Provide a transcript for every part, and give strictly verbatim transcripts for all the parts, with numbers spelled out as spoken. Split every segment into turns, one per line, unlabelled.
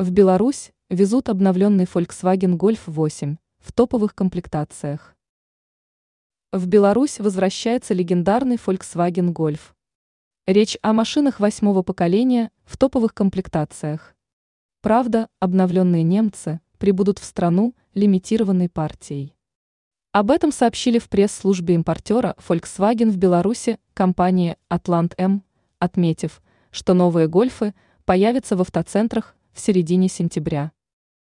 В Беларусь везут обновленный Volkswagen Golf восемь в топовых комплектациях. В Беларусь возвращается легендарный Volkswagen Golf. Речь о машинах восьмого поколения в топовых комплектациях. Правда, обновленные немцы прибудут в страну лимитированной партией. Об этом сообщили в пресс-службе импортера Volkswagen в Беларуси компании Atlant М, отметив, что новые гольфы появятся в автоцентрах в середине сентября.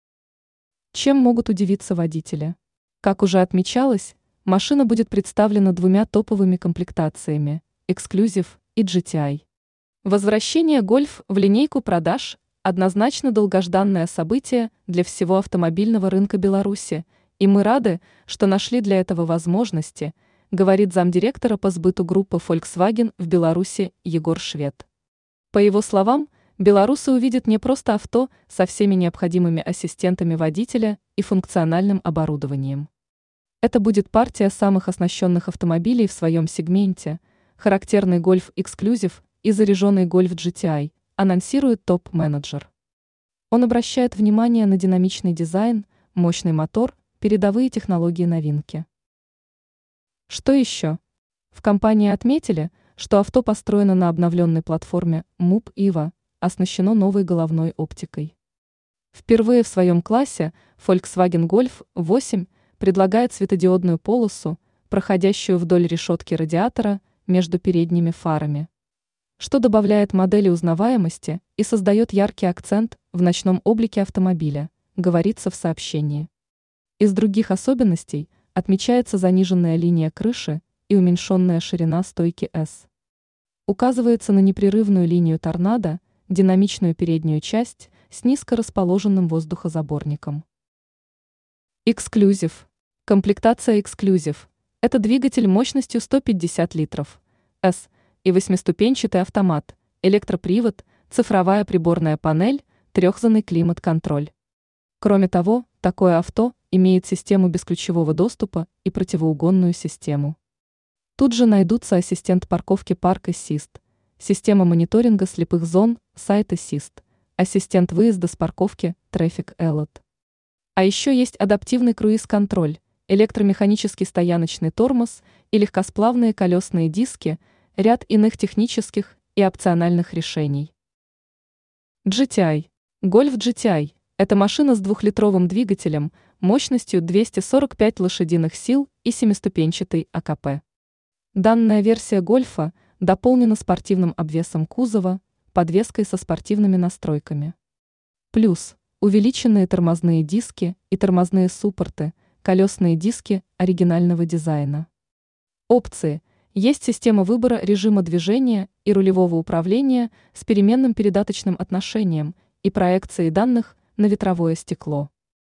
Чем могут удивиться водители? Как уже отмечалось, машина будет представлена двумя топовыми комплектациями – Exclusive и джи ти ай. Возвращение Golf в линейку продаж – однозначно долгожданное событие для всего автомобильного рынка Беларуси, и мы рады, что нашли для этого возможности, говорит замдиректора по сбыту группы Volkswagen в Беларуси Егор Швед. По его словам, белорусы увидят не просто авто со всеми необходимыми ассистентами водителя и функциональным оборудованием. Это будет партия самых оснащенных автомобилей в своем сегменте, характерный Golf Exclusive и заряженный Golf джи ти ай, анонсирует топ-менеджер. Он обращает внимание на динамичный дизайн, мощный мотор, передовые технологии новинки. Что еще? В компании отметили, что авто построено на обновленной платформе муп ива, оснащено новой головной оптикой. Впервые в своем классе Volkswagen Golf восемь предлагает светодиодную полосу, проходящую вдоль решетки радиатора между передними фарами, что добавляет модели узнаваемости и создает яркий акцент в ночном облике автомобиля, говорится в сообщении. Из других особенностей отмечается заниженная линия крыши и уменьшенная ширина стойки S. Указывается на непрерывную линию торнадо, динамичную переднюю часть с низко расположенным воздухозаборником. Exclusive. Комплектация Exclusive – это двигатель мощностью сто пятьдесят литров, S и восьмиступенчатый автомат, электропривод, цифровая приборная панель, трехзонный климат-контроль. Кроме того, такое авто имеет систему бесключевого доступа и противоугонную систему. Тут же найдутся ассистент парковки Park Assist, система мониторинга слепых зон Side Assist, ассистент выезда с парковки Traffic Alert. А еще есть адаптивный круиз-контроль, электромеханический стояночный тормоз и легкосплавные колесные диски, ряд иных технических и опциональных решений. джи ти ай. Golf джи ти ай – это машина с двухлитровым двигателем мощностью двести сорок пять лошадиных сил и семиступенчатой а ка пэ. Данная версия Гольфа дополнена спортивным обвесом кузова, подвеской со спортивными настройками. Плюс увеличенные тормозные диски и тормозные суппорты, колесные диски оригинального дизайна. Опции. Есть система выбора режима движения и рулевого управления с переменным передаточным отношением и проекцией данных на ветровое стекло.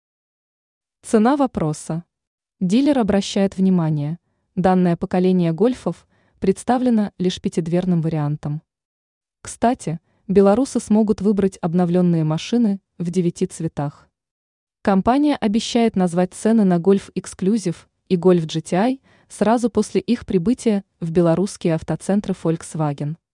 Цена вопроса. Дилер обращает внимание, данное поколение гольфов представлено лишь пятидверным вариантом. Кстати, белорусы смогут выбрать обновленные машины в девяти цветах. Компания обещает назвать цены на Golf Exclusive и Golf джи ти ай сразу после их прибытия в белорусские автоцентры Volkswagen.